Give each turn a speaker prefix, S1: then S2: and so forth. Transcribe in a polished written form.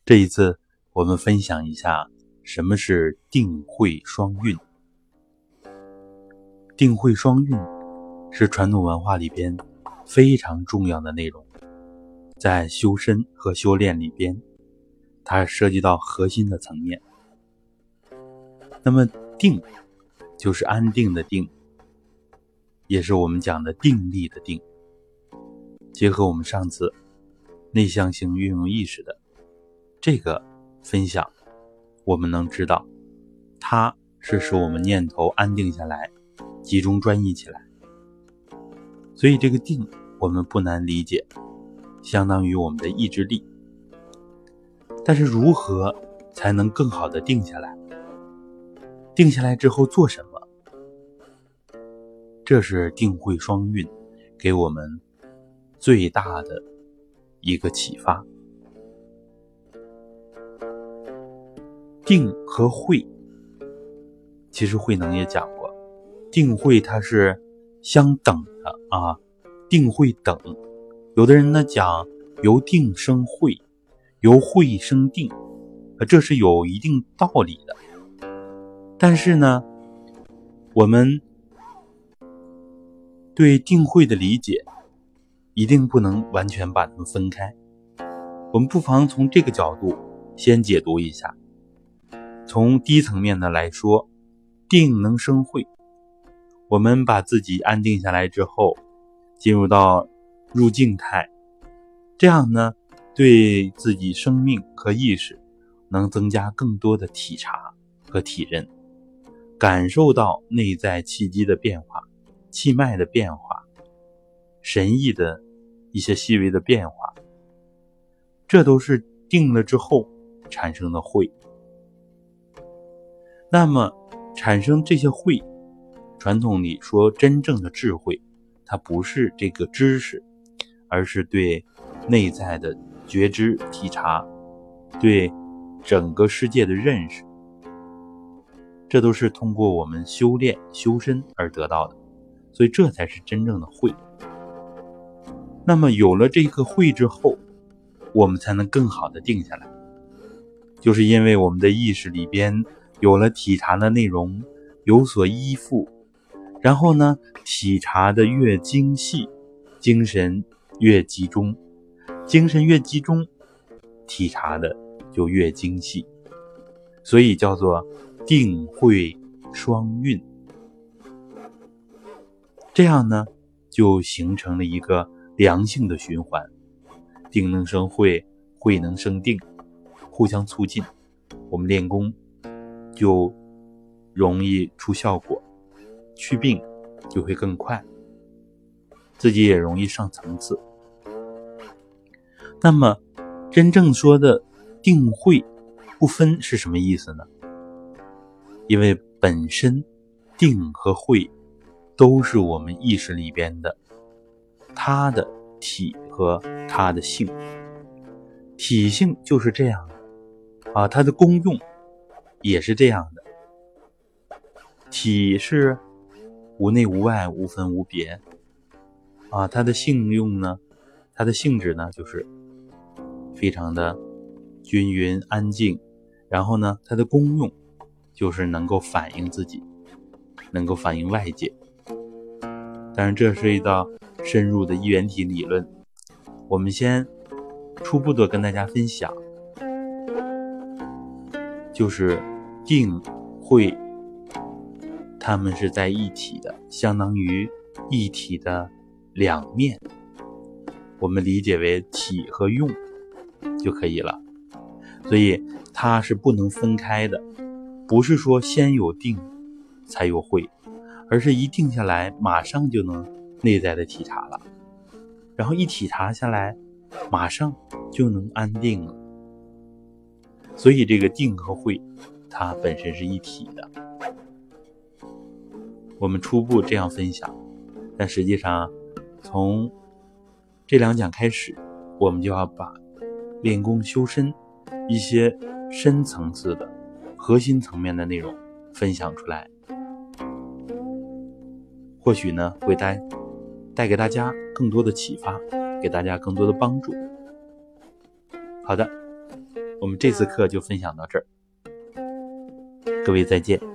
S1: 这一次我们分享一下什么是定慧双运。定慧双运是传统文化里边非常重要的内容，在修身和修炼里边，它涉及到核心的层面。那么定就是安定的定，也是我们讲的定力的定。结合我们上次内向性运用意识的这个分享，我们能知道它是使我们念头安定下来，集中专一起来。所以这个定我们不难理解，相当于我们的意志力。但是如何才能更好的定下来？定下来之后做什么？这是定慧双运给我们最大的一个启发。定和慧，其实慧能也讲过，定慧它是相等的啊，定慧等。有的人呢讲由定生慧，由慧生定，这是有一定道理的。但是呢，我们对定慧的理解一定不能完全把它们分开。我们不妨从这个角度先解读一下。从低层面的来说，定能生慧，我们把自己安定下来之后，进入到入静态，这样呢，对自己生命和意识能增加更多的体察和体认，感受到内在气机的变化，气脉的变化，神意的一些细微的变化，这都是定了之后产生的慧。那么产生这些慧，传统里说真正的智慧，它不是这个知识，而是对内在的觉知体察，对整个世界的认识，这都是通过我们修炼修身而得到的，所以这才是真正的慧。那么有了这个慧之后，我们才能更好的定下来，就是因为我们的意识里边有了体察的内容，有所依附，然后呢，体察的越精细，精神越集中，精神越集中，体察的就越精细，所以叫做定慧双运。这样呢，就形成了一个良性的循环，定能生慧，慧能生定，互相促进，我们练功就容易出效果，祛病就会更快，自己也容易上层次。那么真正说的定慧不分是什么意思呢？因为本身定和慧都是我们意识里边的它的体和它的性。体性就是这样的啊，它的功用也是这样的。体是无内无外，无分无别啊，它的性用呢，它的性质呢，就是非常的均匀安静，然后呢，它的功用就是能够反映自己，能够反映外界。当然这是一道深入的一元体理论，我们先初步的跟大家分享，就是定慧它们是在一体的，相当于一体的两面，我们理解为体和用就可以了。所以它是不能分开的，不是说先有定才有慧，而是一定下来马上就能内在的体察了，然后一体察下来马上就能安定了。所以这个定和慧它本身是一体的，我们初步这样分享。但实际上从这两讲开始，我们就要把练功修身一些深层次的核心层面的内容分享出来，或许呢会带给大家更多的启发，给大家更多的帮助。好的，我我们这次课就分享到这儿，各位再见。